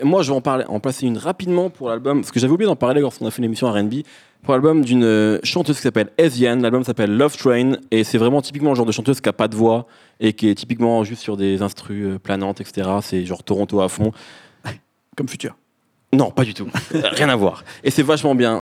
moi, je vais en placer une rapidement pour l'album, parce que j'avais oublié d'en parler lorsqu'on a fait l'émission R&B, pour l'album d'une chanteuse qui s'appelle Eziane. L'album s'appelle Love Train, et c'est vraiment typiquement le genre de chanteuse qui a pas de voix et qui est typiquement juste sur des instrus planantes, etc. C'est genre Toronto à fond. Comme Futur. Non, pas du tout. Rien à voir. Et c'est vachement bien.